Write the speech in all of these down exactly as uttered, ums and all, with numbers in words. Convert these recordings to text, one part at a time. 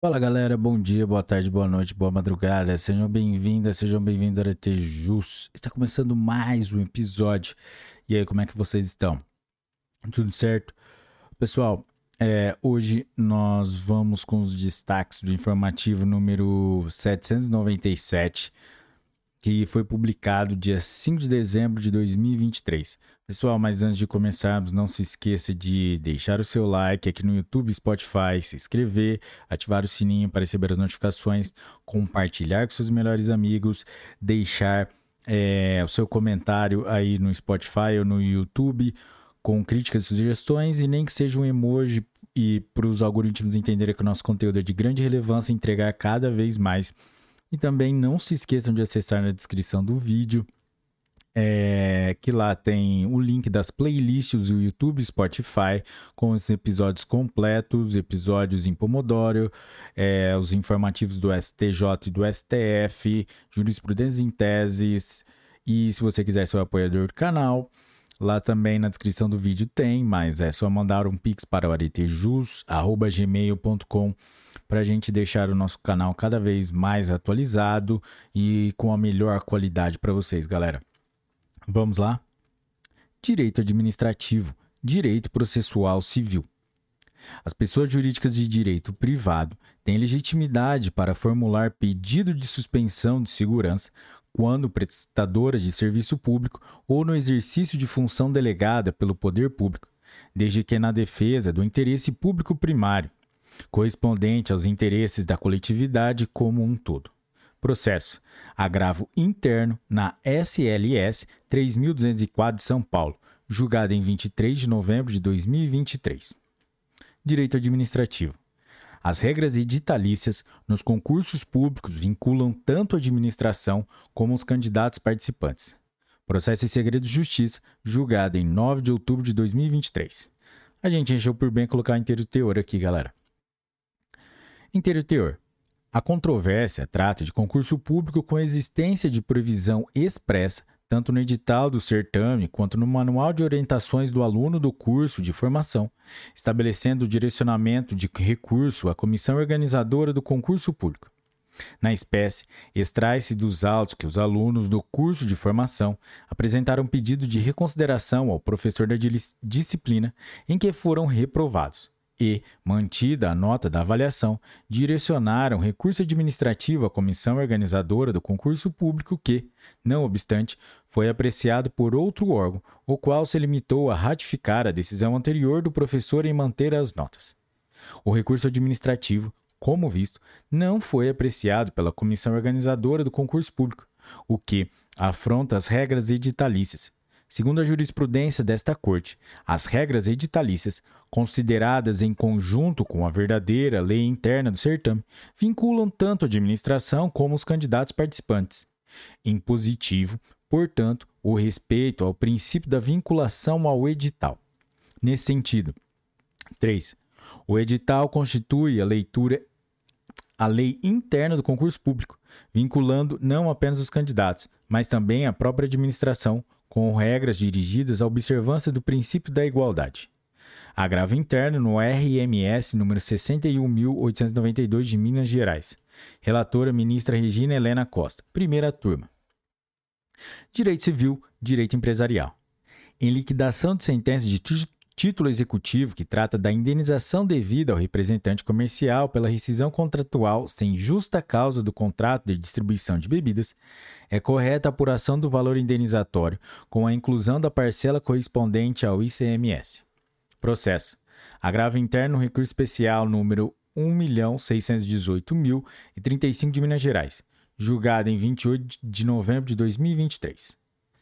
Fala galera, bom dia, boa tarde, boa noite, boa madrugada, sejam bem-vindas, sejam bem-vindos ao Arete Jus. Está começando mais um episódio. E aí, como é que vocês estão? Tudo certo? Pessoal, é, hoje nós vamos com os destaques do informativo número setecentos e noventa e sete, que foi publicado dia cinco de dezembro de dois mil e vinte e três. Pessoal, mas antes de começarmos, não se esqueça de deixar o seu like aqui no YouTube, Spotify, se inscrever, ativar o sininho para receber as notificações, compartilhar com seus melhores amigos, deixar é, o seu comentário aí no Spotify ou no YouTube com críticas e sugestões, e nem que seja um emoji, e para os algoritmos entenderem que o nosso conteúdo é de grande relevância, entregar cada vez mais. E também não se esqueçam de acessar na descrição do vídeo, é, que lá tem o link das playlists do YouTube, Spotify, com os episódios completos, episódios em Pomodoro, é, os informativos do S T J e do S T F, jurisprudência em teses, e se você quiser ser o apoiador do canal, lá também na descrição do vídeo tem, mas é só mandar um pix para o aretejus arroba gmail ponto com para a gente deixar o nosso canal cada vez mais atualizado e com a melhor qualidade para vocês, galera. Vamos lá? Direito administrativo, direito processual civil. As pessoas jurídicas de direito privado têm legitimidade para formular pedido de suspensão de segurança quando prestadoras de serviço público ou no exercício de função delegada pelo poder público, desde que na defesa do interesse público primário, correspondente aos interesses da coletividade como um todo. Processo. Agravo interno na S L S três mil duzentos e quatro de São Paulo, julgado em vinte e três de novembro de dois mil e vinte e três. Direito administrativo. As regras editalícias nos concursos públicos vinculam tanto a administração como os candidatos participantes. Processo em segredo de justiça, julgado em nove de outubro de dois mil e vinte e três. A gente achou por bem colocar inteiro teor aqui, galera. Inteiro teor. A controvérsia trata de concurso público com existência de previsão expressa, tanto no edital do certame quanto no manual de orientações do aluno do curso de formação, estabelecendo o direcionamento de recurso à comissão organizadora do concurso público. Na espécie, extrai-se dos autos que os alunos do curso de formação apresentaram pedido de reconsideração ao professor da disciplina em que foram reprovados. E, mantida a nota da avaliação, direcionaram recurso administrativo à comissão organizadora do concurso público que, não obstante, foi apreciado por outro órgão, o qual se limitou a ratificar a decisão anterior do professor em manter as notas. O recurso administrativo, como visto, não foi apreciado pela comissão organizadora do concurso público, o que afronta as regras editalícias. Segundo a jurisprudência desta Corte, as regras editalícias, consideradas em conjunto com a verdadeira lei interna do certame, vinculam tanto a administração como os candidatos participantes. Em positivo, portanto, o respeito ao princípio da vinculação ao edital. Nesse sentido, três. O edital constitui a leitura a lei interna do concurso público, vinculando não apenas os candidatos, mas também a própria administração, com regras dirigidas à observância do princípio da igualdade. Agravo interno no R M S número sessenta e um mil oitocentos e noventa e dois de Minas Gerais. Relatora ministra Regina Helena Costa, primeira turma. Direito civil, direito empresarial. Em liquidação de sentença de título executivo que trata da indenização devida ao representante comercial pela rescisão contratual sem justa causa do contrato de distribuição de bebidas, é correta a apuração do valor indenizatório com a inclusão da parcela correspondente ao I C M S. Processo. Agravo interno no recurso especial número um milhão seiscentos e dezoito mil e trinta e cinco de Minas Gerais, julgado em vinte e oito de novembro de dois mil e vinte e três.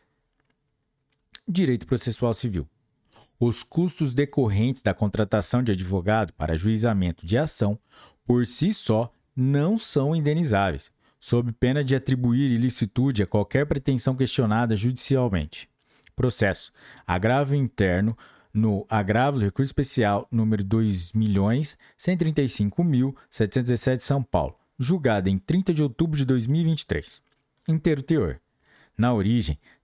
Direito processual civil. Os custos decorrentes da contratação de advogado para ajuizamento de ação, por si só, não são indenizáveis, sob pena de atribuir ilicitude a qualquer pretensão questionada judicialmente. Processo. Agravo interno no agravo do recurso especial número dois milhões cento e trinta e cinco mil setecentos e dezessete de São Paulo, julgado em trinta de outubro de dois mil e vinte e três. Inteiro teor. Na origem,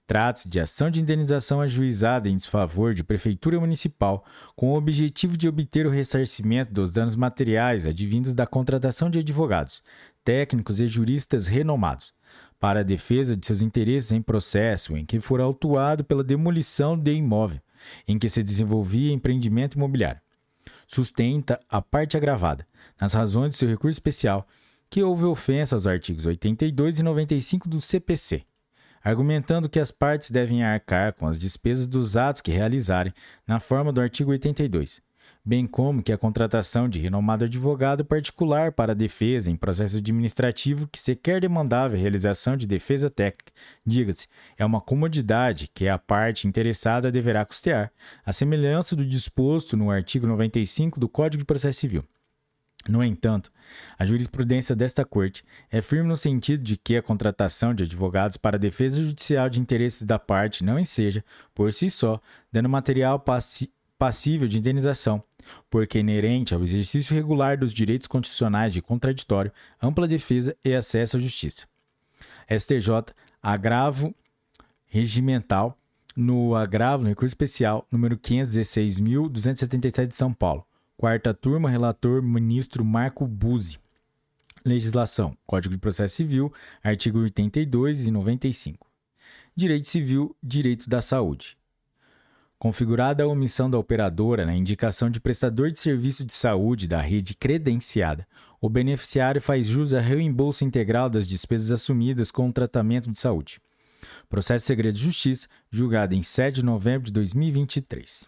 Trata-se de ação de indenização ajuizada em desfavor de prefeitura municipal com o objetivo de obter o ressarcimento dos danos materiais advindos da contratação de advogados, técnicos e juristas renomados, para a defesa de seus interesses em processo em que for autuado pela demolição de imóvel em que se desenvolvia empreendimento imobiliário. Sustenta a parte agravada, nas razões de seu recurso especial, que houve ofensa aos artigos oitenta e dois e noventa e cinco do C P C, argumentando que as partes devem arcar com as despesas dos atos que realizarem na forma do artigo oitenta e dois, bem como que a contratação de renomado advogado particular para a defesa em processo administrativo que sequer demandava a realização de defesa técnica, diga-se, é uma comodidade que a parte interessada deverá custear, à semelhança do disposto no artigo noventa e cinco do Código de Processo Civil. No entanto, a jurisprudência desta Corte é firme no sentido de que a contratação de advogados para a defesa judicial de interesses da parte não enseja, por si só, dano material passi- passível de indenização, porque é inerente ao exercício regular dos direitos constitucionais de contraditório, ampla defesa e acesso à justiça. S T J, agravo regimental, no agravo no recurso especial número quinhentos e dezesseis mil duzentos e setenta e sete de São Paulo. Quarta turma, relator, ministro Marco Buzzi. Legislação, Código de Processo Civil, artigo oitenta e dois e noventa e cinco. Direito Civil, Direito da Saúde. Configurada a omissão da operadora na indicação de prestador de serviço de saúde da rede credenciada, o beneficiário faz jus a reembolso integral das despesas assumidas com o tratamento de saúde. Processo Segredo de Justiça, julgado em sete de novembro de dois mil e vinte e três.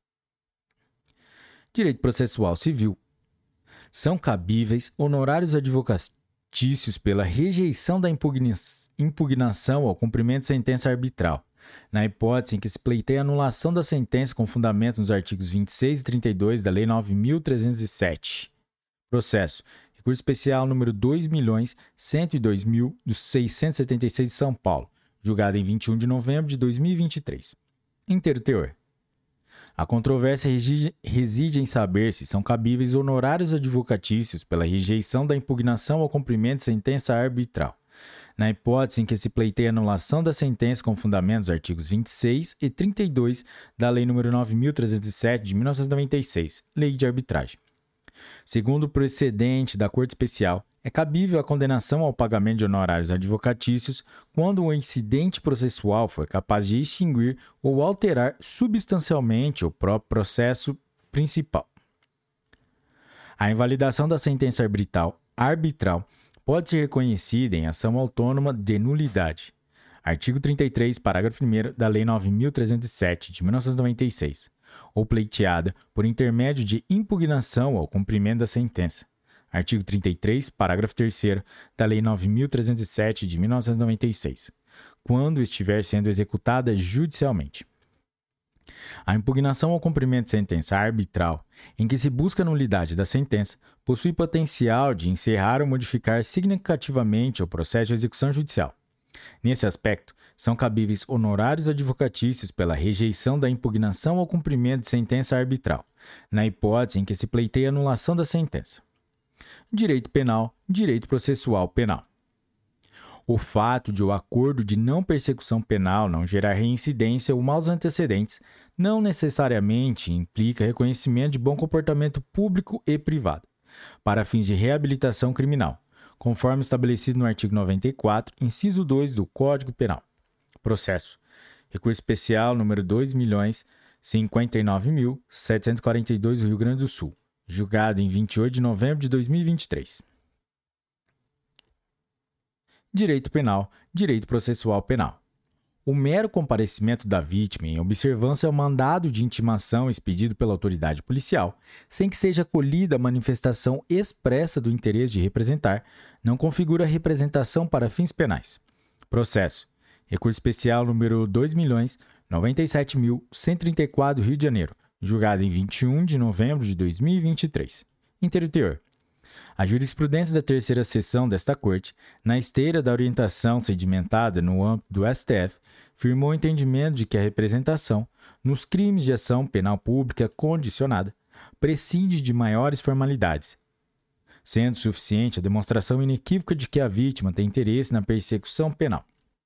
Direito Processual Civil. São cabíveis honorários advocatícios pela rejeição da impugna- impugnação ao cumprimento de sentença arbitral, na hipótese em que se pleiteia a anulação da sentença com fundamento nos artigos vinte e seis e trinta e dois da Lei nove mil trezentos e sete. Processo. Recurso especial número dois milhões cento e dois mil seiscentos e setenta e seis de São Paulo, julgado em vinte e um de novembro de dois mil e vinte e três. Inteiro teor. A controvérsia reside em saber se são cabíveis honorários advocatícios pela rejeição da impugnação ao cumprimento de sentença arbitral, na hipótese em que se pleiteia a anulação da sentença com fundamento nos artigos vinte e seis e trinta e dois da Lei nº nove mil trezentos e sete de mil novecentos e noventa e seis, Lei de Arbitragem. Segundo o precedente da Corte Especial, é cabível a condenação ao pagamento de honorários advocatícios quando o incidente processual for capaz de extinguir ou alterar substancialmente o próprio processo principal. A invalidação da sentença arbitral, arbitral pode ser reconhecida em ação autônoma de nulidade. Artigo trinta e três, parágrafo primeiro da Lei nove mil trezentos e sete, de mil novecentos e noventa e seis, ou pleiteada por intermédio de impugnação ao cumprimento da sentença. Artigo trinta e três, parágrafo terceiro da Lei nove mil trezentos e sete, de mil novecentos e noventa e seis, quando estiver sendo executada judicialmente. A impugnação ao cumprimento de sentença arbitral, em que se busca a nulidade da sentença, possui potencial de encerrar ou modificar significativamente o processo de execução judicial. Nesse aspecto, são cabíveis honorários advocatícios pela rejeição da impugnação ao cumprimento de sentença arbitral, na hipótese em que se pleiteia a anulação da sentença. Direito penal, direito processual penal. O fato de o acordo de não persecução penal não gerar reincidência ou maus antecedentes não necessariamente implica reconhecimento de bom comportamento público e privado, para fins de reabilitação criminal, conforme estabelecido no artigo noventa e quatro, inciso dois do Código Penal. Processo. Recurso especial número dois milhões cinquenta e nove mil setecentos e quarenta e dois do Rio Grande do Sul, julgado em vinte e oito de novembro de dois mil e vinte e três. Direito penal, direito processual penal. O mero comparecimento da vítima em observância ao mandado de intimação expedido pela autoridade policial, sem que seja acolhida a manifestação expressa do interesse de representar, não configura representação para fins penais. Processo. Recurso especial número dois milhões noventa e sete mil cento e trinta e quatro do Rio de Janeiro, julgado em vinte e um de novembro de dois mil e vinte e três. Inteiro teor. A jurisprudência da terceira seção desta Corte, na esteira da orientação sedimentada no âmbito do S T F, firmou o entendimento de que a representação, nos crimes de ação penal pública condicionada, prescinde de maiores formalidades, sendo suficiente a demonstração inequívoca de que a vítima tem interesse na persecução penal.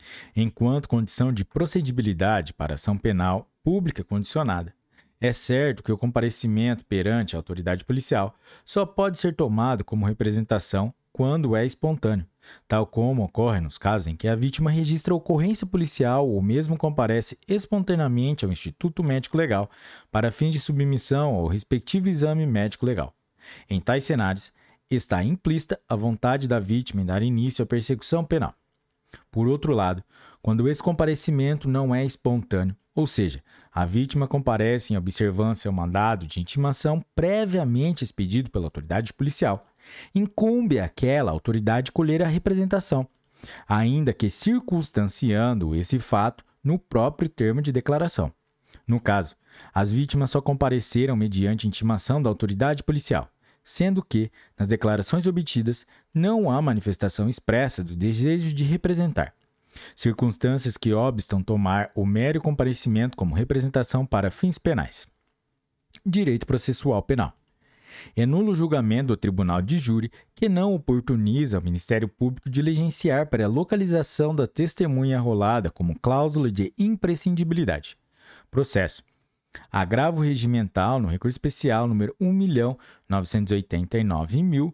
enquanto condição de procedibilidade para ação penal pública condicionada. É certo que o comparecimento perante a autoridade policial só pode ser tomado como representação quando é espontâneo, tal como ocorre nos casos em que a vítima registra a ocorrência policial ou mesmo comparece espontaneamente ao Instituto Médico Legal para fins de submissão ao respectivo exame médico legal. Em tais cenários, está implícita a vontade da vítima em dar início à persecução penal. Por outro lado, quando esse comparecimento não é espontâneo, ou seja, a vítima comparece em observância ao mandado de intimação previamente expedido pela autoridade policial, incumbe àquela autoridade colher a representação, ainda que circunstanciando esse fato no próprio termo de declaração. No caso, as vítimas só compareceram mediante intimação da autoridade policial, sendo que, nas declarações obtidas, não há manifestação expressa do desejo de representar. Circunstâncias que obstam tomar o mero comparecimento como representação para fins penais. Direito processual penal. É nulo o julgamento do tribunal de júri que não oportuniza ao Ministério Público diligenciar para a localização da testemunha arrolada como cláusula de imprescindibilidade. Processo. Agravo regimental no recurso especial número um milhão novecentos e oitenta e nove mil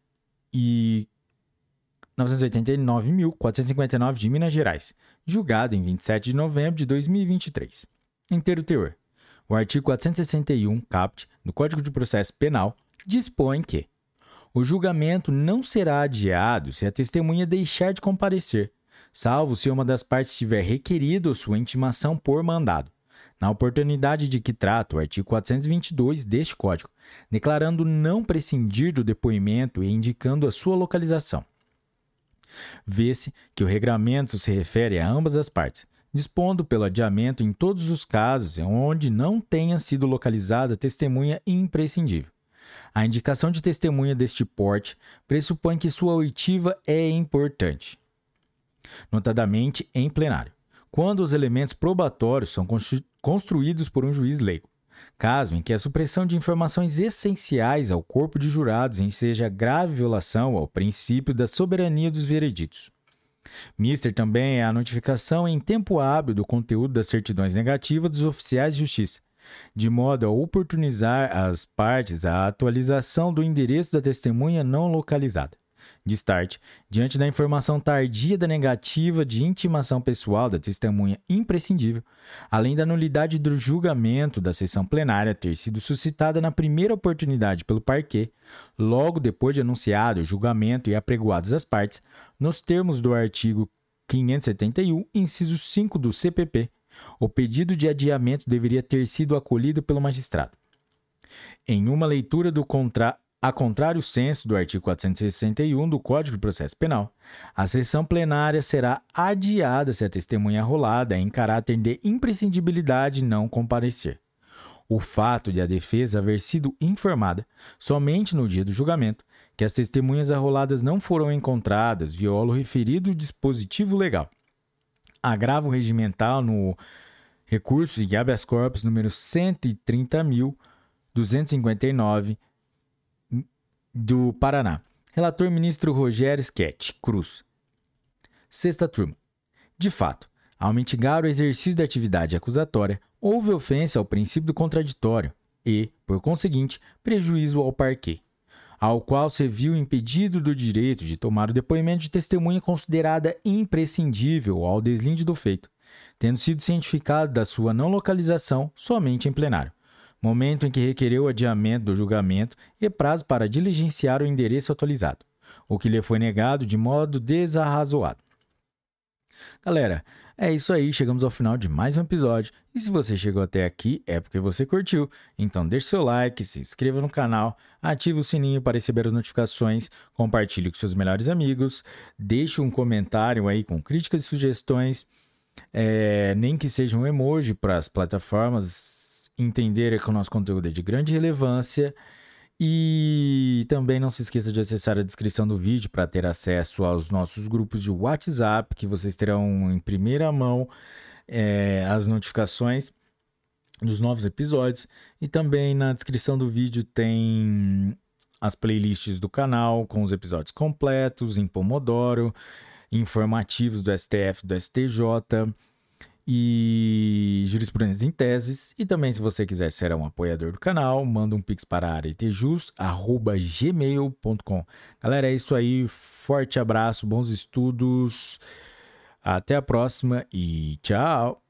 e novecentos e oitenta e nove mil quatrocentos e cinquenta e nove de Minas Gerais, julgado em vinte e sete de novembro de dois mil e vinte e três. Inteiro teor. O artigo quatrocentos e sessenta e um, caput, do Código de Processo Penal, dispõe que o julgamento não será adiado se a testemunha deixar de comparecer, salvo se uma das partes tiver requerido sua intimação por mandado, na oportunidade de que trata o artigo quatrocentos e vinte e dois deste Código, declarando não prescindir do depoimento e indicando a sua localização. Vê-se que o regramento se refere a ambas as partes, dispondo pelo adiamento em todos os casos onde não tenha sido localizada testemunha imprescindível. A indicação de testemunha deste porte pressupõe que sua oitiva é importante, notadamente em plenário, quando os elementos probatórios são construídos por um juiz leigo, caso em que a supressão de informações essenciais ao corpo de jurados seja grave violação ao princípio da soberania dos vereditos. Mister também é a notificação em tempo hábil do conteúdo das certidões negativas dos oficiais de justiça, de modo a oportunizar às partes a atualização do endereço da testemunha não localizada. Destarte, diante da informação tardia da negativa de intimação pessoal da testemunha imprescindível, além da nulidade do julgamento da sessão plenária ter sido suscitada na primeira oportunidade pelo parquê, logo depois de anunciado o julgamento e apregoadas as partes, nos termos do artigo quinhentos e setenta e um, inciso cinco do C P P, o pedido de adiamento deveria ter sido acolhido pelo magistrado. Em uma leitura do contrato, a contrário senso do artigo quatrocentos e sessenta e um do Código de Processo Penal, a sessão plenária será adiada se a testemunha arrolada em caráter de imprescindibilidade não comparecer. O fato de a defesa haver sido informada, somente no dia do julgamento, que as testemunhas arroladas não foram encontradas viola o referido dispositivo legal. Agravo regimental no recurso de habeas corpus número cento e trinta mil duzentos e cinquenta e nove do Paraná. Relator ministro Rogério Schetti Cruz. Sexta turma. De fato, ao mitigar o exercício da atividade acusatória, houve ofensa ao princípio do contraditório e, por conseguinte, prejuízo ao parquê, ao qual se viu impedido do direito de tomar o depoimento de testemunha considerada imprescindível ao deslinde do feito, tendo sido cientificado da sua não localização somente em plenário, momento em que requereu o adiamento do julgamento e prazo para diligenciar o endereço atualizado, o que lhe foi negado de modo desarrazoado. Galera, é isso aí, chegamos ao final de mais um episódio, e se você chegou até aqui é porque você curtiu, então deixe seu like, se inscreva no canal, ative o sininho para receber as notificações, compartilhe com seus melhores amigos, deixe um comentário aí com críticas e sugestões, é, nem que seja um emoji para as plataformas entender que o nosso conteúdo é de grande relevância, e também não se esqueça de acessar a descrição do vídeo para ter acesso aos nossos grupos de WhatsApp, que vocês terão em primeira mão é, as notificações dos novos episódios, e também na descrição do vídeo tem as playlists do canal com os episódios completos em Pomodoro, informativos do S T F, do S T J e jurisprudência em teses. E também, se você quiser ser um apoiador do canal, manda um pix para aretejus arroba gmail ponto com. Galera, é isso aí. Forte abraço, bons estudos. Até a próxima e tchau!